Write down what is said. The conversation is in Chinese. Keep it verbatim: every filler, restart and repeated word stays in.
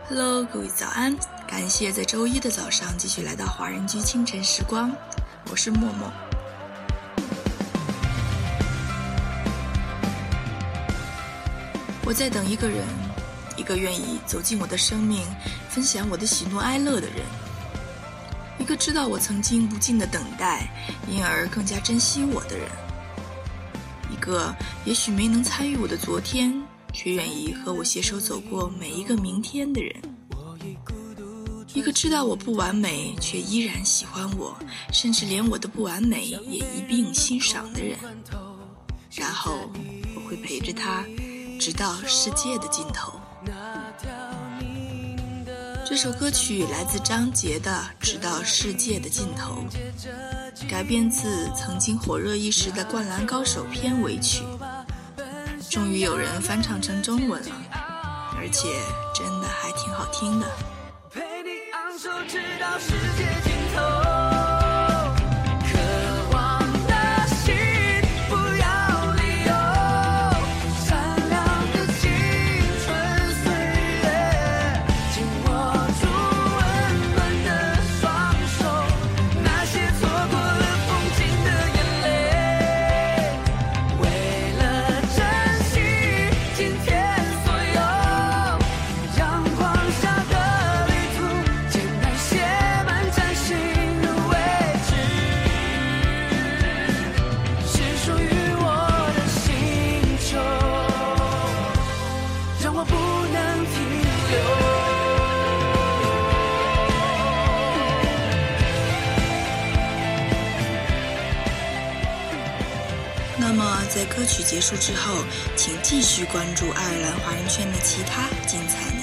Hello， 各位早安！感谢在周一的早上继续来到华人居清晨时光，我是默默。我在等一个人，一个愿意走进我的生命，分享我的喜怒哀乐的人，一个知道我曾经无尽的等待，因而更加珍惜我的人，一个也许没能参与我的昨天，却愿意和我携手走过每一个明天的人，一个知道我不完美却依然喜欢我，甚至连我的不完美也一并欣赏的人，然后我会陪着他直到世界的尽头。这首歌曲来自张杰的《直到世界的尽头》，改编自曾经火热一时的《灌篮高手》片尾曲，终于有人翻唱成中文了，而且真的还挺好听的。 陪你昂首直到世界尽头， 那么在歌曲结束之后，请继续关注爱尔兰华人圈的其他精彩内容。